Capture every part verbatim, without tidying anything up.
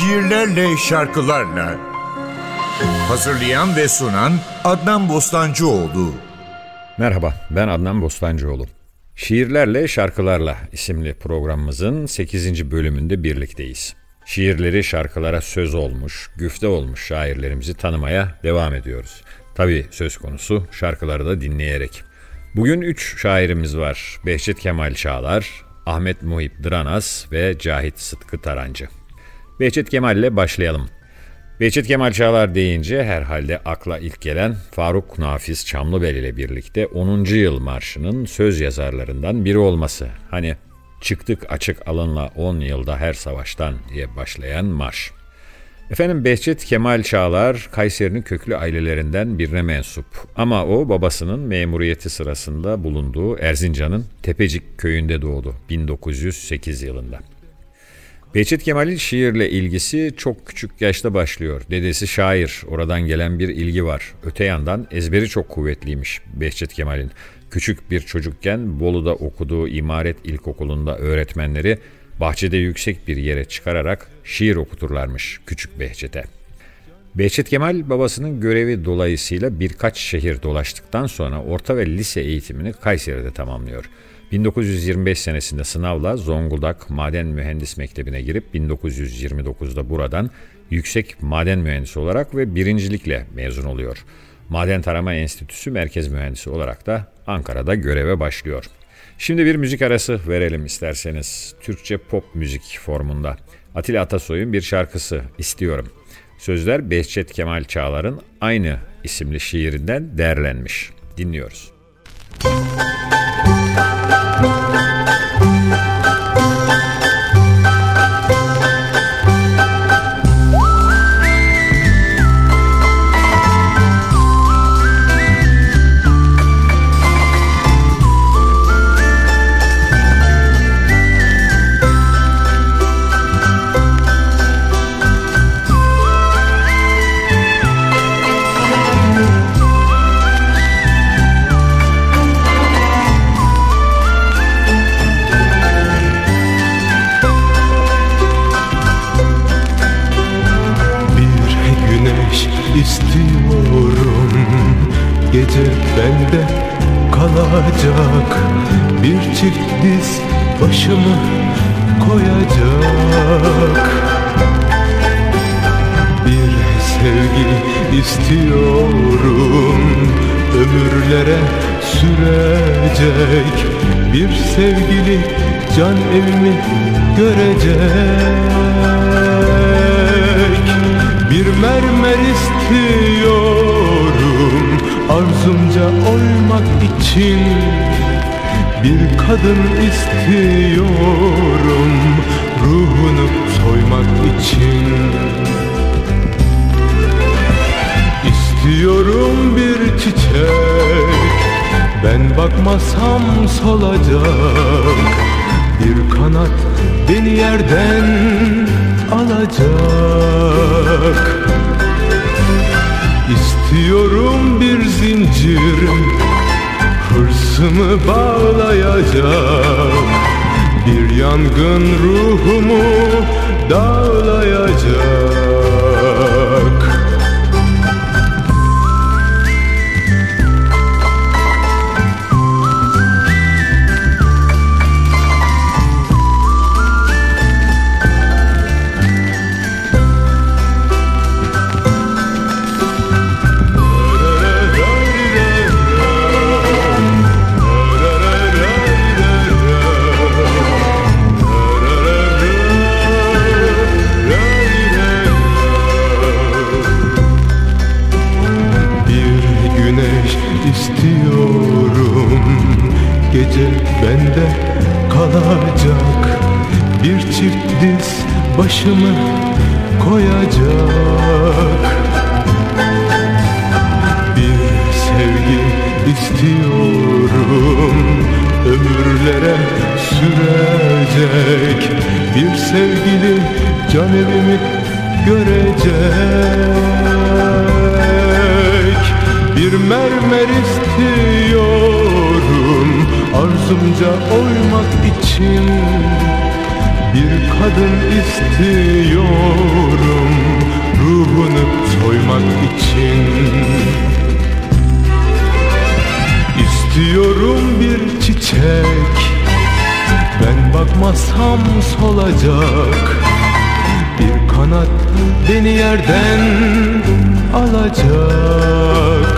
şiirlerle, şarkılarla. Hazırlayan ve sunan Adnan Bostancıoğlu. Merhaba, ben Adnan Bostancıoğlu. Şiirlerle, şarkılarla isimli programımızın sekizinci bölümünde birlikteyiz. Şiirleri şarkılara söz olmuş, güfte olmuş şairlerimizi tanımaya devam ediyoruz. Tabii söz konusu şarkıları da dinleyerek. Bugün üç şairimiz var. Behçet Kemal Çağlar, Ahmet Muhip Dıranas ve Cahit Sıtkı Tarancı. Behçet Kemal ile başlayalım. Behçet Kemal Çağlar deyince herhalde akla ilk gelen Faruk Nafiz Çamlıbel ile birlikte onuncu Yıl Marşı'nın söz yazarlarından biri olması. Hani çıktık açık alınla on yılda her savaştan diye başlayan marş. Efendim Behçet Kemal Çağlar Kayseri'nin köklü ailelerinden birine mensup. Ama o babasının memuriyeti sırasında bulunduğu Erzincan'ın Tepecik köyünde doğdu bin dokuz yüz sekiz yılında. Behçet Kemal'in şiirle ilgisi çok küçük yaşta başlıyor. Dedesi şair, oradan gelen bir ilgi var. Öte yandan ezberi çok kuvvetliymiş Behçet Kemal'in. Küçük bir çocukken Bolu'da okuduğu İmaret İlkokulu'nda öğretmenleri bahçede yüksek bir yere çıkararak şiir okuturlarmış küçük Behçet'e. Behçet Kemal babasının görevi dolayısıyla birkaç şehir dolaştıktan sonra orta ve lise eğitimini Kayseri'de tamamlıyor. bin dokuz yüz yirmi beş senesinde sınavla Zonguldak Maden Mühendis Mektebi'ne girip bin dokuz yüz yirmi dokuzda buradan yüksek maden mühendisi olarak ve birincilikle mezun oluyor. Maden Tarama Enstitüsü Merkez Mühendisi olarak da Ankara'da göreve başlıyor. Şimdi bir müzik arası verelim isterseniz. Türkçe pop müzik formunda. Atilla Atasoy'un bir şarkısı İstiyorum. Sözler Behçet Kemal Çağlar'ın aynı isimli şiirinden derlenmiş. Dinliyoruz. İstiyorum gece bende kalacak, bir çift diz başımı koyacak. Bir sevgi istiyorum ömürlere sürecek, bir sevgili can evimi görecek. Bir mermer istiyorum arzumca oymak için, bir kadın istiyorum ruhunu soymak için. İstiyorum bir çiçek, ben bakmasam solacak, bir kanat beni yerden alacak. İstiyorum bir zincir hırsımı bağlayacak, bir yangın ruhumu dağlayacak. İstiyorum gece bende kalacak, bir çift diz başımı koyacak. Bir sevgi istiyorum ömürlere sürecek, bir sevgili can evimi görecek. Bir mermer istiyorum arzumca oymak için, Bir kadın istiyorum ruhunu soymak için. İstiyorum bir çiçek, ben bakmazsam solacak. Bir kanat beni yerden alacak.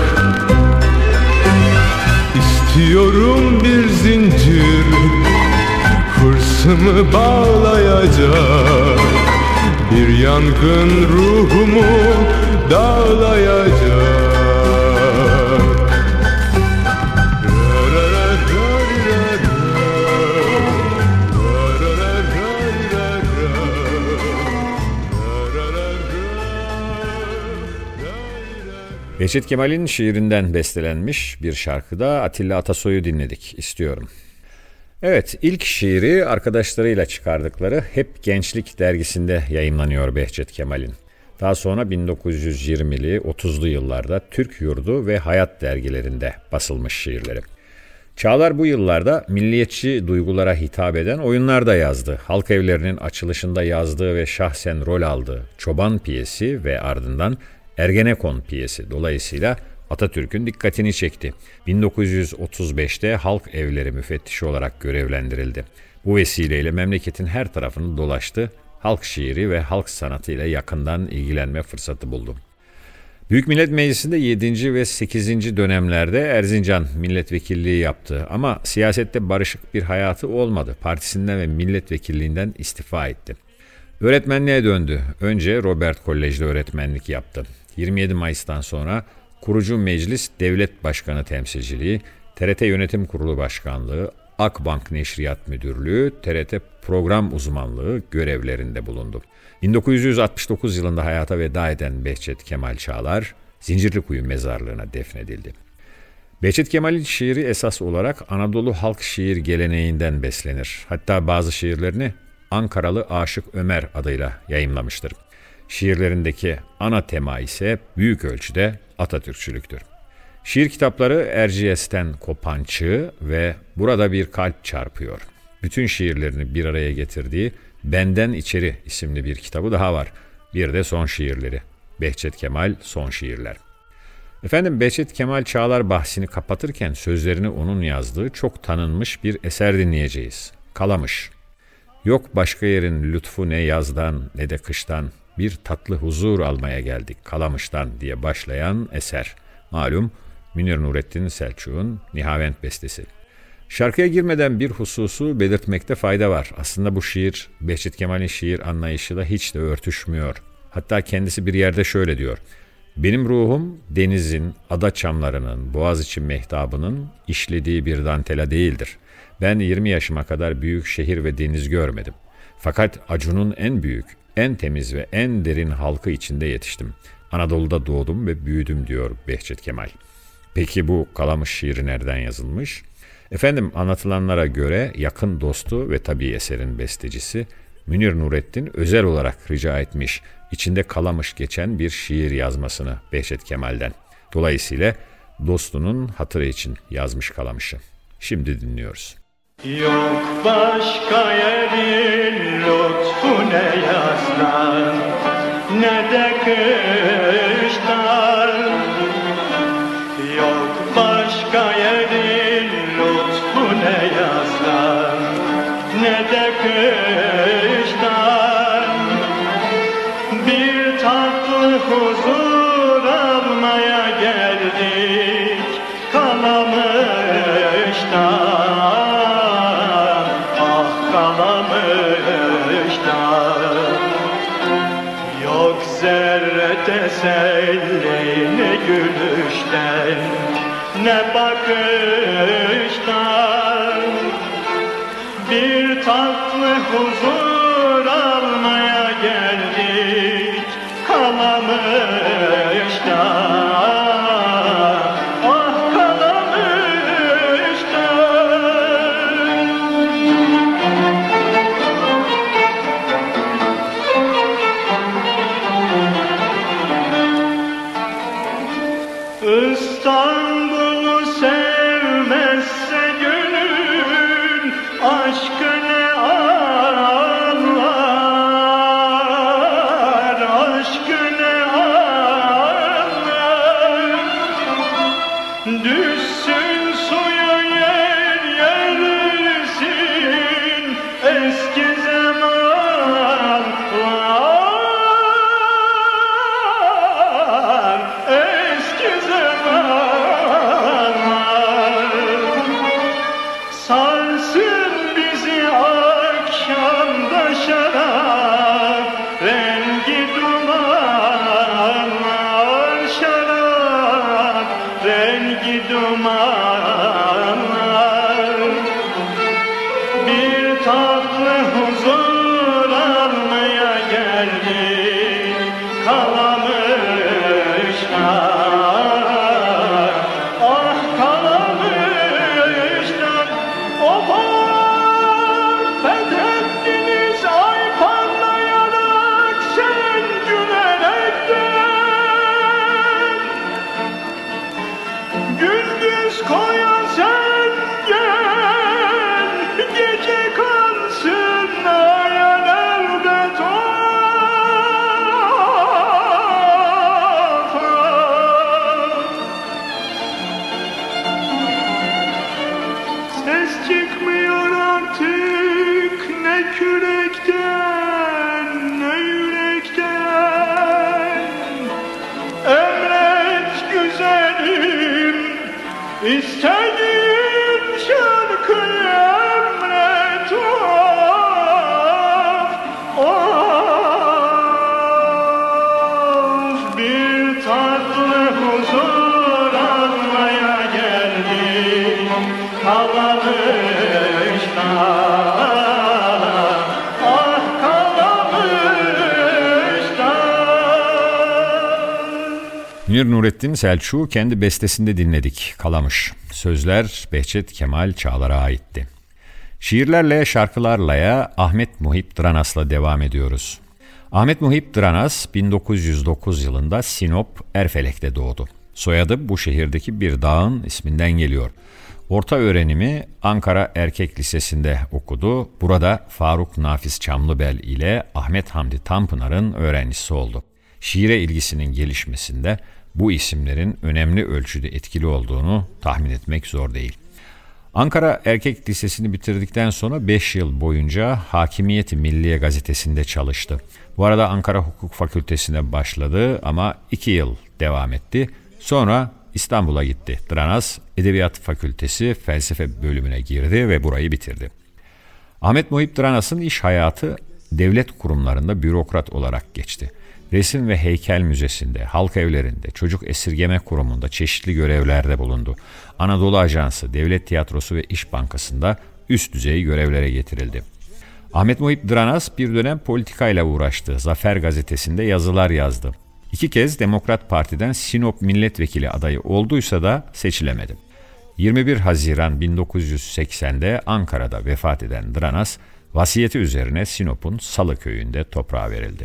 İstiyorum bir zincir, hırsımı bağlayacak. Bir yangın ruhumu dağlayacak. Behçet Kemal'in şiirinden bestelenmiş bir şarkıda Atilla Atasoy'u dinledik. İstiyorum. Evet, ilk şiiri arkadaşlarıyla çıkardıkları Hep Gençlik dergisinde yayımlanıyor Behçet Kemal'in. Daha sonra bin dokuz yüz yirmili otuzlu yıllarda Türk Yurdu ve Hayat dergilerinde basılmış şiirleri. Çağlar bu yıllarda milliyetçi duygulara hitap eden oyunlar da yazdı. Halk evlerinin açılışında yazdığı ve şahsen rol aldığı Çoban piyesi ve ardından Ergenekon piyesi dolayısıyla Atatürk'ün dikkatini çekti. bin dokuz yüz otuz beşte halk evleri müfettişi olarak görevlendirildi. Bu vesileyle memleketin her tarafını dolaştı, halk şiiri ve halk sanatıyla yakından ilgilenme fırsatı buldu. Büyük Millet Meclisi'nde yedinci ve sekizinci dönemlerde Erzincan milletvekilliği yaptı ama siyasette barışık bir hayatı olmadı. Partisinden ve milletvekilliğinden istifa etti. Öğretmenliğe döndü. Önce Robert Kolej'de öğretmenlik yaptı. yirmi yedi Mayıs'tan sonra Kurucu Meclis Devlet Başkanı Temsilciliği, T R T Yönetim Kurulu Başkanlığı, Akbank Neşriyat Müdürlüğü, T R T Program Uzmanlığı görevlerinde bulundu. bin dokuz yüz altmış dokuz yılında hayata veda eden Behçet Kemal Çağlar, Zincirlikuyu mezarlığına defnedildi. Behçet Kemal'in şiiri esas olarak Anadolu halk şiir geleneğinden beslenir. Hatta bazı şiirlerini Ankaralı Aşık Ömer adıyla yayımlamıştır. Şiirlerindeki ana tema ise büyük ölçüde Atatürkçülüktür. Şiir kitapları Erciyes'ten Kopan Çığ ve Burada Bir Kalp Çarpıyor. Bütün şiirlerini bir araya getirdiği Benden İçeri isimli bir kitabı daha var. Bir de son şiirleri. Behçet Kemal Son Şiirler. Efendim Behçet Kemal Çağlar bahsini kapatırken sözlerini onun yazdığı çok tanınmış bir eser dinleyeceğiz. Kalamış. Yok başka yerin lütfu ne yazdan ne de kıştan, bir tatlı huzur almaya geldik Kalamış'tan diye başlayan eser. Malum Münir Nurettin Selçuk'un Nihavent bestesi. Şarkıya girmeden bir hususu belirtmekte fayda var. Aslında bu şiir Behçet Kemal'in şiir anlayışıyla hiç de örtüşmüyor. Hatta kendisi bir yerde şöyle diyor. Benim ruhum denizin, ada çamlarının, Boğaziçi mehtabının işlediği bir dantela değildir. Ben yirmi yaşıma kadar büyük şehir ve deniz görmedim. Fakat Acun'un en büyük, en temiz ve en derin halkı içinde yetiştim. Anadolu'da doğdum ve büyüdüm diyor Behçet Kemal. Peki bu Kalamış şiiri nereden yazılmış? Efendim anlatılanlara göre yakın dostu ve tabii eserin bestecisi Münir Nurettin özel olarak rica etmiş, içinde Kalamış geçen bir şiir yazmasını Behçet Kemal'den. Dolayısıyla dostunun hatırı için yazmış Kalamış'ı. Şimdi dinliyoruz. Yok başka yerin lütfu ne yazdan ne de kıştan. Yok başka yerin lütfu ne yazdan ne de kıştan. Bir tatlı huzur almaya geldik Kalamış'tan. Yok zerre teselli ne gülüşten ne bakıştan. Bir tatlı huzur almaya geldik Kalamış'tan. Ah Kalamış'tan. İstanbul'u sevmezse gönül aşkı ne ağlar. içindeki dumanlar bir tatlı huzur almaya geldi Kalamışlar. Ah Kalamışlar, obam fethettiniz ay parlayarak sen gülerekten. Gündüz koyan sen gel, gece kalsın ayan elbet. Of, of. Ses çıkmıyor artık ne kürekten ne yürekten. Emret güzelim, istediğim şarkıyı emret. Of, of. Bir tatlı huzur almaya geldim Kalamışlar. Ah Kalamışlar. Münir Nurettin Selçuk'u kendi bestesinde dinledik, Kalamış. Sözler Behçet Kemal Çağlar'a aitti. Şiirlerle şarkılarla'ya Ahmet Muhip Dranas'la devam ediyoruz. Ahmet Muhip Dranas bin dokuz yüz dokuz yılında Sinop, Erfelek'te doğdu. Soyadı bu şehirdeki bir dağın isminden geliyor. Orta öğrenimi Ankara Erkek Lisesi'nde okudu. Burada Faruk Nafiz Çamlıbel ile Ahmet Hamdi Tanpınar'ın öğrencisi oldu. Şiire ilgisinin gelişmesinde bu isimlerin önemli ölçüde etkili olduğunu tahmin etmek zor değil. Ankara Erkek Lisesi'ni bitirdikten sonra beş yıl boyunca Hakimiyet-i Milliye gazetesinde çalıştı. Bu arada Ankara Hukuk Fakültesi'ne başladı ama iki yıl devam etti. Sonra İstanbul'a gitti. Dranas Edebiyat Fakültesi Felsefe bölümüne girdi ve burayı bitirdi. Ahmet Muhip Dranas'ın iş hayatı devlet kurumlarında bürokrat olarak geçti. Resim ve Heykel Müzesi'nde, halk evlerinde, çocuk esirgeme kurumunda çeşitli görevlerde bulundu. Anadolu Ajansı, Devlet Tiyatrosu ve İş Bankası'nda üst düzey görevlere getirildi. Ahmet Muhip Dranas bir dönem politikayla uğraştı. Zafer Gazetesi'nde yazılar yazdı. İki kez Demokrat Parti'den Sinop milletvekili adayı olduysa da seçilemedi. yirmi bir Haziran bin dokuz yüz seksende Ankara'da vefat eden Dranas, vasiyeti üzerine Sinop'un Salı köyünde toprağa verildi.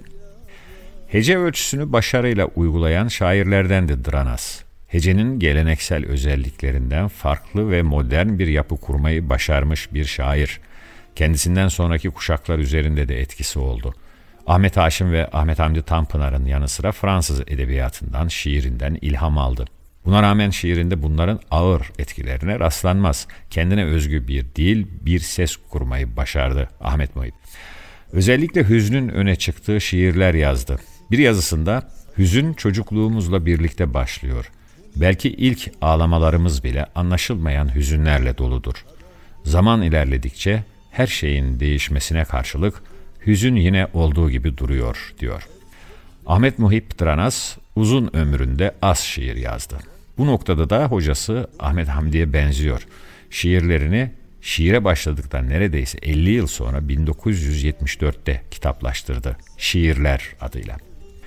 Hece ölçüsünü başarıyla uygulayan şairlerdendi Dranas. Hecenin geleneksel özelliklerinden farklı ve modern bir yapı kurmayı başarmış bir şair. Kendisinden sonraki kuşaklar üzerinde de etkisi oldu. Ahmet Haşim ve Ahmet Hamdi Tanpınar'ın yanı sıra Fransız edebiyatından, şiirinden ilham aldı. Buna rağmen şiirinde bunların ağır etkilerine rastlanmaz. Kendine özgü bir dil, bir ses kurmayı başardı Ahmet Muhip. Özellikle hüznün öne çıktığı şiirler yazdı. Bir yazısında hüzün çocukluğumuzla birlikte başlıyor. Belki ilk ağlamalarımız bile anlaşılmayan hüzünlerle doludur. Zaman ilerledikçe her şeyin değişmesine karşılık hüzün yine olduğu gibi duruyor, diyor. Ahmet Muhip Dranas uzun ömründe az şiir yazdı. Bu noktada da hocası Ahmet Hamdi'ye benziyor. Şiirlerini şiire başladıktan neredeyse elli yıl sonra bin dokuz yüz yetmiş dörtte kitaplaştırdı. Şiirler adıyla.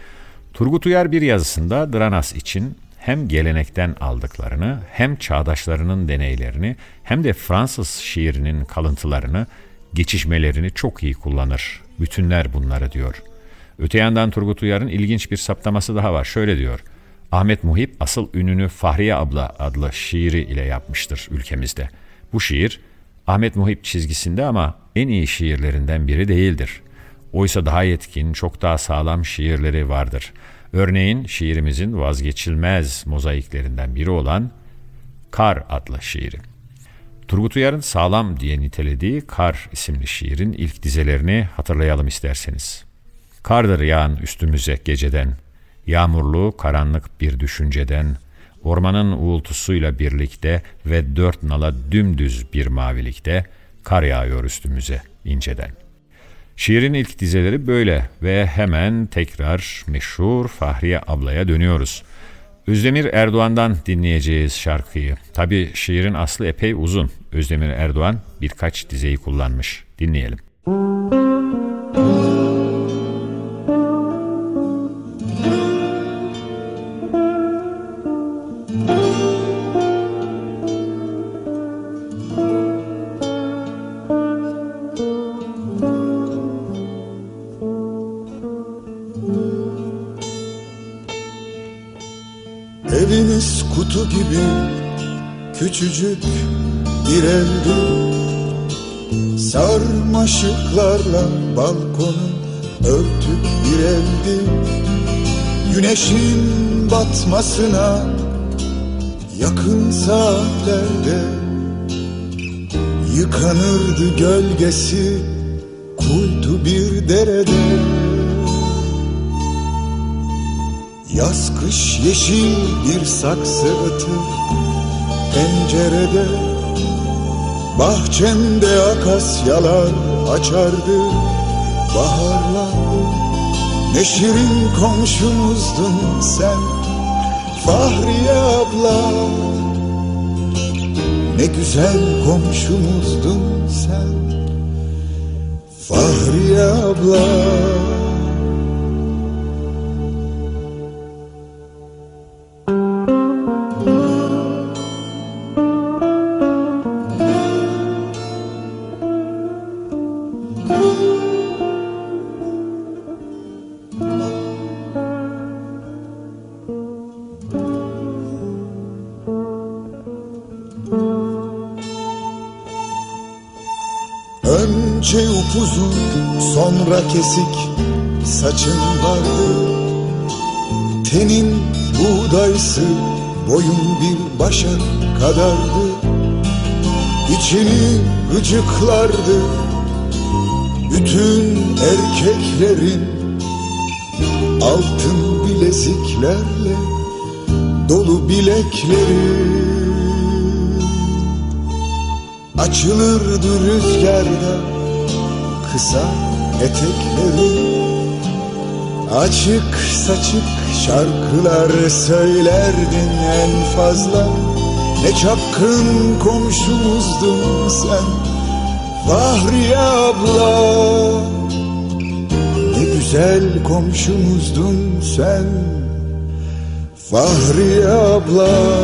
Turgut Uyar bir yazısında Dranas için hem gelenekten aldıklarını, hem çağdaşlarının deneylerini, hem de Fransız şiirinin kalıntılarını, geçişmelerini çok iyi kullanır. Bütünler bunları, diyor. Öte yandan Turgut Uyar'ın ilginç bir saptaması daha var. Şöyle diyor: Ahmet Muhip asıl ününü Fahriye Abla adlı şiiri ile yapmıştır ülkemizde. Bu şiir Ahmet Muhip çizgisinde ama en iyi şiirlerinden biri değildir. Oysa daha yetkin, çok daha sağlam şiirleri vardır. Örneğin şiirimizin vazgeçilmez mozaiklerinden biri olan Kar adlı şiiri. Turgut Uyar'ın sağlam diye nitelediği Kar isimli şiirin ilk dizelerini hatırlayalım isterseniz. Kardır yağan üstümüze geceden, yağmurlu karanlık bir düşünceden, ormanın uğultusuyla birlikte ve dört nala dümdüz bir mavilikte kar yağıyor üstümüze inceden. Şiirin ilk dizeleri böyle ve hemen tekrar meşhur Fahriye Abla'ya dönüyoruz. Özdemir Erdoğan'dan dinleyeceğiz şarkıyı. Tabii şiirin aslı epey uzun. Özdemir Erdoğan birkaç dizeyi kullanmış. Dinleyelim. Eviniz kutu gibi küçücük bir evdi, sarmaşıklarla balkonu örtük bir evdi. Güneşin batmasına yakın saatlerde yıkanırdı gölgesi kuytu bir derede. Yaz kış yeşil bir saksı ıtır pencerede, bahçemde akasyalar açardı baharlar. Ne şirin komşumuzdun sen Fahriye abla, ne güzel komşumuzdun sen Fahriye abla. Önce upuzun sonra kesik saçın vardı, tenin buğdaysı boyun bir başa kadardı. İçini gıcıklardı bütün erkeklerin altın bileziklerle dolu bilekleri. Açılırdı rüzgarda kısa etekleri, açık saçık şarkılar söylerdin en fazla. Ne çapkın komşumuzdun sen Fahriye abla, ne güzel komşumuzdun sen Fahriye abla.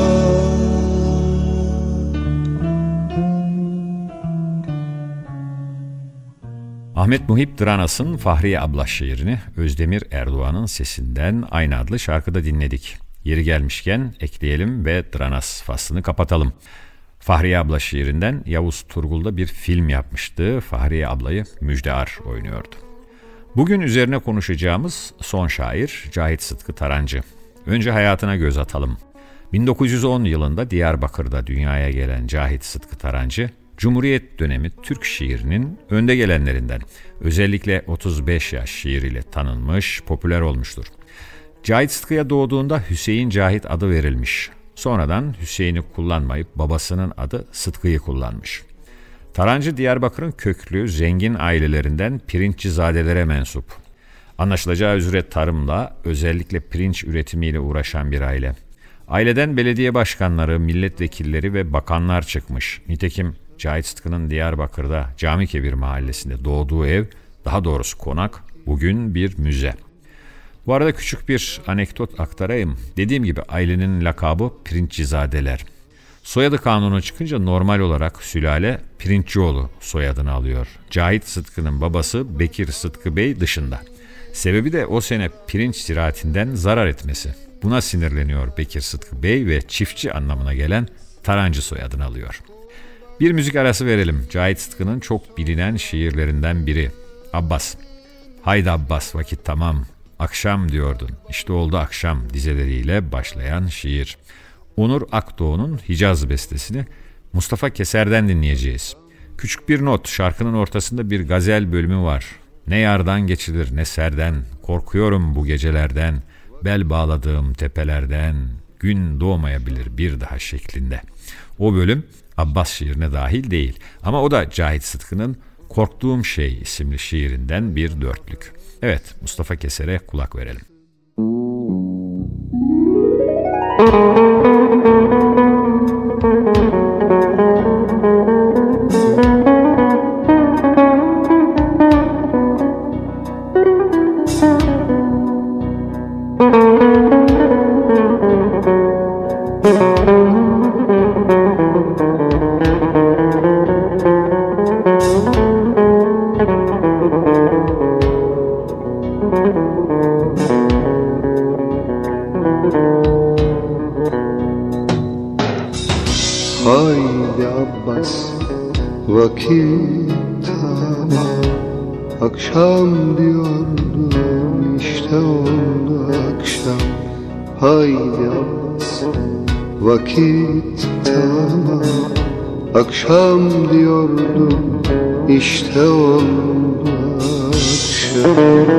Ahmet Muhip Dranas'ın Fahriye Abla şiirini Özdemir Erdoğan'ın sesinden aynı adlı şarkıda dinledik. Yeri gelmişken ekleyelim ve Dranas faslını kapatalım. Fahriye Abla şiirinden Yavuz Turgul'da bir film yapmıştı. Fahriye Abla'yı Müjde Ar oynuyordu. Bugün üzerine konuşacağımız son şair Cahit Sıtkı Tarancı. Önce hayatına göz atalım. bin dokuz yüz on yılında Diyarbakır'da dünyaya gelen Cahit Sıtkı Tarancı, Cumhuriyet dönemi Türk şiirinin önde gelenlerinden, özellikle otuz beş yaş şiiriyle tanınmış, popüler olmuştur. Cahit Sıtkı'ya doğduğunda Hüseyin Cahit adı verilmiş. Sonradan Hüseyin'i kullanmayıp babasının adı Sıtkı'yı kullanmış. Tarancı Diyarbakır'ın köklü, zengin ailelerinden pirinçcizadelere mensup. Anlaşılacağı üzere tarımla, özellikle pirinç üretimiyle uğraşan bir aile. Aileden belediye başkanları, milletvekilleri ve bakanlar çıkmış. Nitekim Cahit Sıtkı'nın Diyarbakır'da Camikebir mahallesinde doğduğu ev, daha doğrusu konak, bugün bir müze. Bu arada küçük bir anekdot aktarayım. Dediğim gibi ailenin lakabı Pirinçcizadeler. Soyadı kanunu çıkınca normal olarak sülale Pirinççioğlu soyadını alıyor. Cahit Sıtkı'nın babası Bekir Sıtkı Bey dışında. Sebebi de o sene pirinç ziraatinden zarar etmesi. Buna sinirleniyor Bekir Sıtkı Bey ve çiftçi anlamına gelen Tarancı soyadını alıyor. Bir müzik arası verelim. Cahit Sıtkı'nın çok bilinen şiirlerinden biri. Abbas. Haydi Abbas vakit tamam. Akşam diyordun. İşte oldu akşam dizeleriyle başlayan şiir. Onur Akdoğan'ın Hicaz bestesini Mustafa Keser'den dinleyeceğiz. Küçük bir not, şarkının ortasında bir gazel bölümü var. Ne yardan geçilir ne serden, korkuyorum bu gecelerden, bel bağladığım tepelerden, gün doğmayabilir bir daha şeklinde. O bölüm Abbas şiirine dahil değil ama o da Cahit Sıtkı'nın Korktuğum Şey isimli şiirinden bir dörtlük. Evet, Mustafa Keser'e kulak verelim. Haydi Abbas, vakit tamam. Akşam diyordum, işte oldu akşam. Haydi Abbas, vakit tamam. Akşam diyordum, işte oldu akşam.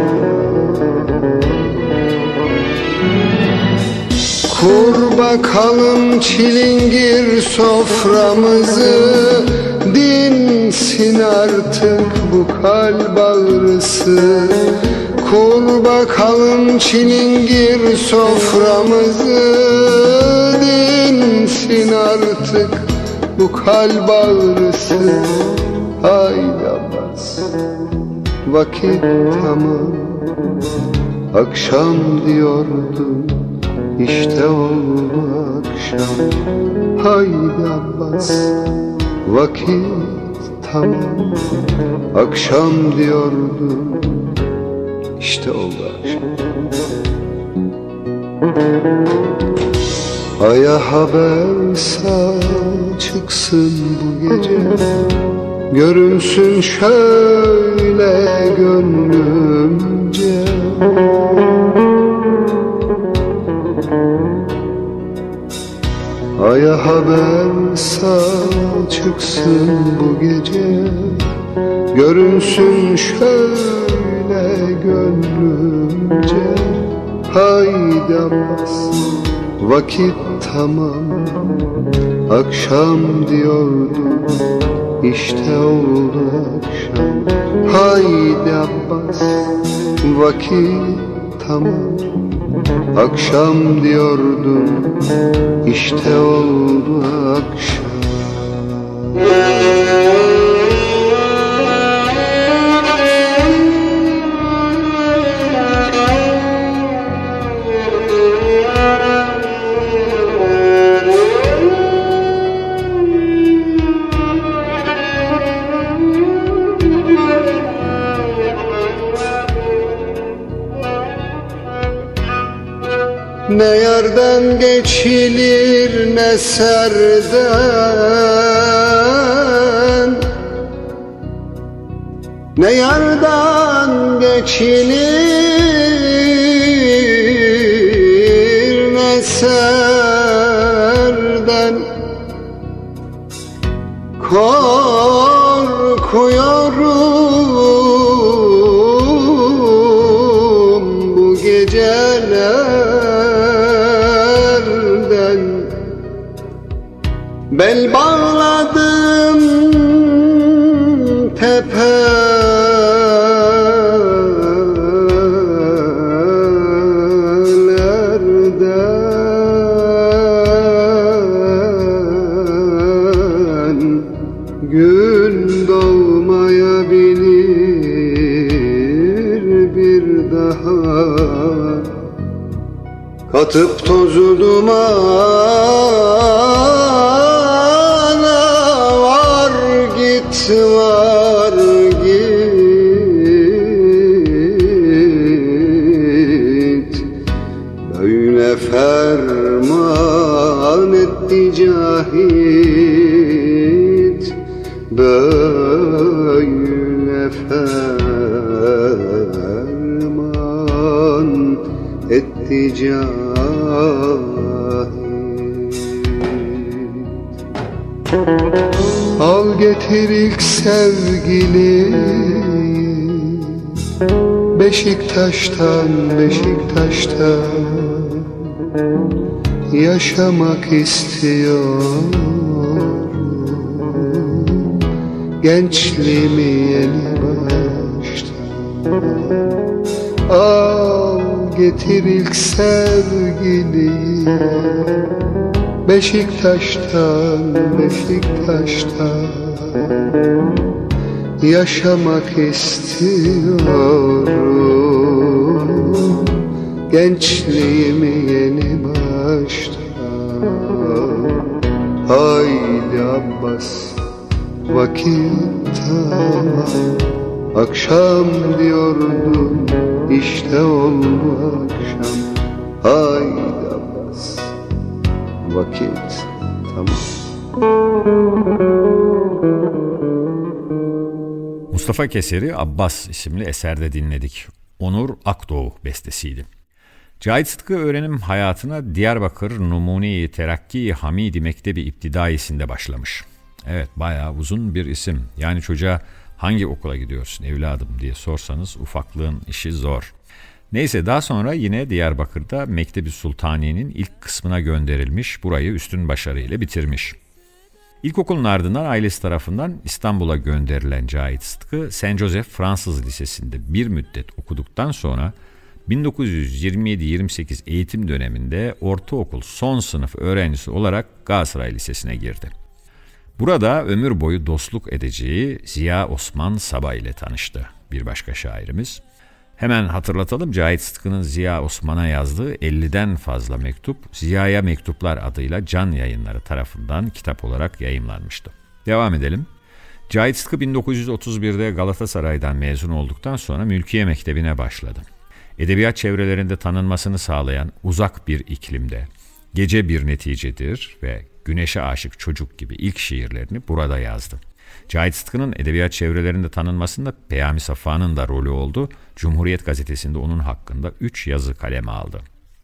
Kur bakalım çilingir soframızı, dinsin artık bu kalp ağrısı. Kur bakalım çilingir soframızı, dinsin artık bu kalp ağrısı. Haydi Abbas, vakit tamam. Akşam diyordum, İşte oldu akşam. Haydi Abbas, vakit tamam. Akşam diyordum, işte oldu akşam. Aya haber sal, çıksın bu gece. Görünsün şöyle gönlümce. Aya haber sal, çıksın bu gece. Görünsün şöyle gönlümce. Haydi Abbas, vakit tamam. Akşam diyordum, işte oldu akşam. Haydi Abbas, vakit tamam. Akşam diyordum, işte oldu akşam. Ne yerden geçilir ne serden, ne yerden geçilir ne serden. Korkuyorum bu geceler. Bel bağladım tepelerden. Gün doğmayabilir bir daha. Katıp tozu dumana var git var git. Böyle ferman etti Cahit, böyle ferman etti Cahit. Al getir ilk sevgili, Beşiktaş'tan Beşiktaş'tan. Yaşamak istiyorum gençliğimi yeni baştan. Al getir ilk sevgiliyi, Beşiktaş'tan Beşiktaş'tan. Yaşamak istiyorum gençliğimi yeni baştan. Haydi Abbas, vakit tamam. Akşam diyordum, işte oldu akşam. Haydi Abbas, vakit tamam. Mustafa Keser'i Abbas isimli eserde dinledik. Onur Akdoğu bestesiydi. Cahit Sıtkı öğrenim hayatına Diyarbakır Numune-i Terakki Hamidi Mektebi İptidaisi'nde başlamış. Evet, bayağı uzun bir isim. Yani çocuğa hangi okula gidiyorsun evladım diye sorsanız ufaklığın işi zor. Neyse, daha sonra yine Diyarbakır'da Mektebi Sultaniye'nin ilk kısmına gönderilmiş, burayı üstün başarıyla bitirmiş. İlkokulun ardından ailesi tarafından İstanbul'a gönderilen Cahit Sıtkı, Saint Joseph Fransız Lisesi'nde bir müddet okuduktan sonra bin dokuz yüz yirmi yedi yirmi sekiz eğitim döneminde ortaokul son sınıf öğrencisi olarak Galatasaray Lisesi'ne girdi. Burada ömür boyu dostluk edeceği Ziya Osman Sabah ile tanıştı, bir başka şairimiz. Hemen hatırlatalım, Cahit Sıtkı'nın Ziya Osman'a yazdığı elliden fazla mektup, Ziya'ya Mektuplar adıyla Can Yayınları tarafından kitap olarak yayımlanmıştı. Devam edelim. Cahit Sıtkı bin dokuz yüz otuz birde Galatasaray'dan mezun olduktan sonra Mülkiye Mektebi'ne başladı. Edebiyat çevrelerinde tanınmasını sağlayan Uzak Bir iklimde, Gece Bir Neticedir ve Güneşe Aşık Çocuk gibi ilk şiirlerini burada yazdı. Cahit Sıtkı'nın edebiyat çevrelerinde tanınmasında Peyami Safa'nın da rolü oldu. Cumhuriyet Gazetesi'nde onun hakkında üç yazı kaleme aldı.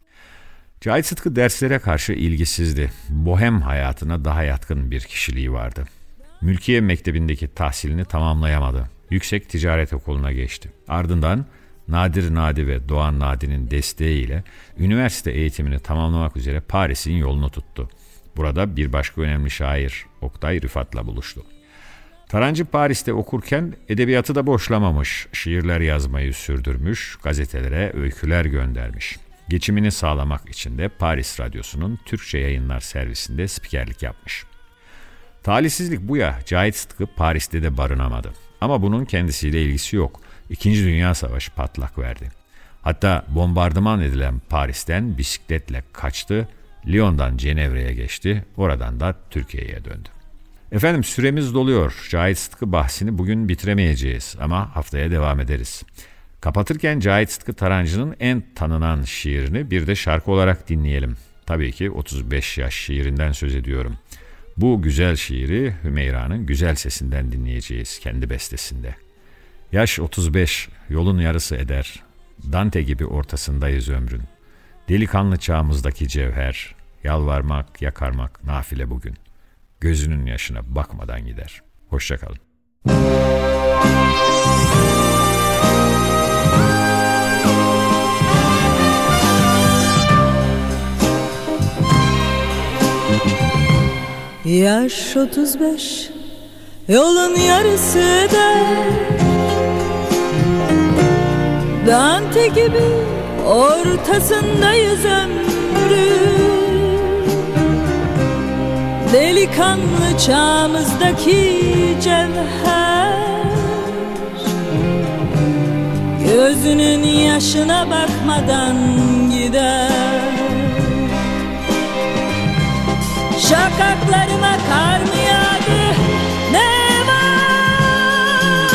Cahit Sıtkı derslere karşı ilgisizdi. Bohem hayatına daha yatkın bir kişiliği vardı. Mülkiye Mektebi'ndeki tahsilini tamamlayamadı. Yüksek Ticaret Okulu'na geçti. Ardından Nadir Nadi ve Doğan Nadi'nin desteğiyle üniversite eğitimini tamamlamak üzere Paris'in yolunu tuttu. Burada bir başka önemli şair Oktay Rıfat'la buluştu. Tarancı Paris'te okurken edebiyatı da boşlamamış, şiirler yazmayı sürdürmüş, gazetelere öyküler göndermiş. Geçimini sağlamak için de Paris Radyosu'nun Türkçe yayınlar servisinde spikerlik yapmış. Talihsizlik bu ya, Cahit Sıtkı Paris'te de barınamadı. Ama bunun kendisiyle ilgisi yok. İkinci Dünya Savaşı patlak verdi. Hatta bombardıman edilen Paris'ten bisikletle kaçtı, Lyon'dan Cenevre'ye geçti, oradan da Türkiye'ye döndü. Efendim, süremiz doluyor. Cahit Sıtkı bahsini bugün bitiremeyeceğiz ama haftaya devam ederiz. Kapatırken Cahit Sıtkı Tarancı'nın en tanınan şiirini bir de şarkı olarak dinleyelim. Tabii ki otuz beş yaş şiirinden söz ediyorum. Bu güzel şiiri Hümeyra'nın güzel sesinden dinleyeceğiz, kendi bestesinde. Yaş otuz beş, yolun yarısı eder. Dante gibi ortasındayız ömrün. Delikanlı çağımızdaki cevher, yalvarmak, yakarmak nafile bugün. Gözünün yaşına bakmadan gider. Hoşça kalın. Yaş otuz beş, yolun yarısı da Dante gibi ortasındayız ömrün. Delikanlı çağımızdaki cevher, gözünün yaşına bakmadan gider. Şakaklarıma kar mı yağdı, ne var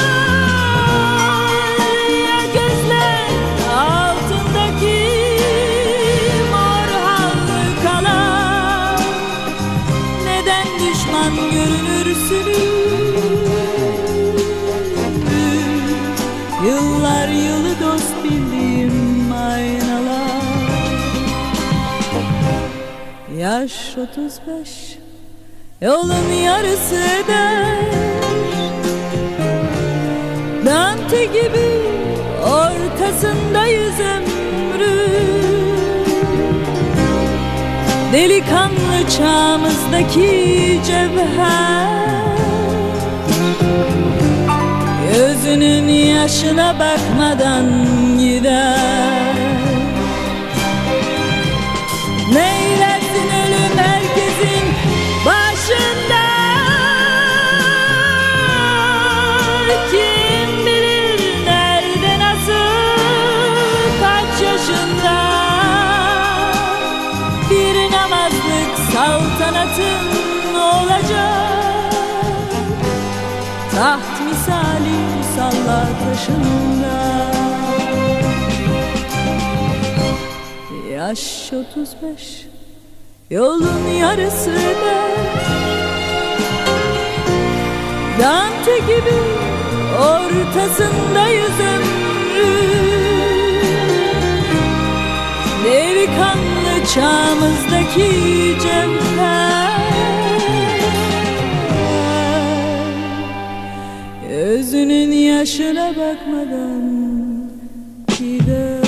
ya gözler altındaki mor halkalar? Neden düşman görünürsünüz? Yıllar yılı dost bildiğim aynalar. Yaş otuz beş, yolun yarısı der. Dante gibi ortasındayız ömrün. Delikanlı çağımızdaki cevher, gözünün yaşına bakmadan gider. Neylersin ölüm herkesin başında? Kim bilir nerede, nasıl, kaç yaşında? Bir namazlık saltanatın olacak, taht misali musalla taşında. Yaş otuz beş, yolun yarısı der. gibi ortasındayız ömrün. Delikanlı çağımızdaki cevher, gözünün yaşına bakmadan gider.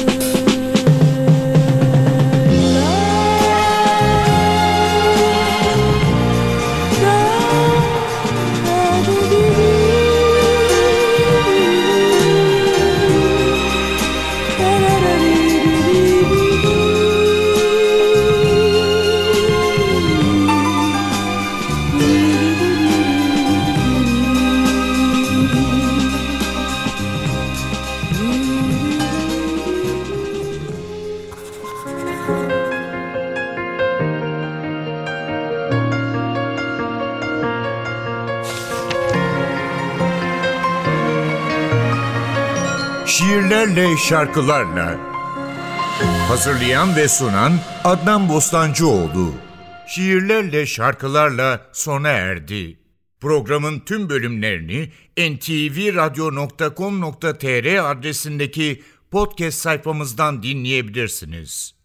Şiirlerle, şarkılarla. Hazırlayan ve sunan Adnan Bostancıoğlu. Şiirlerle, şarkılarla sona erdi. Programın tüm bölümlerini en te ve radyo nokta com nokta te er adresindeki podcast sayfamızdan dinleyebilirsiniz.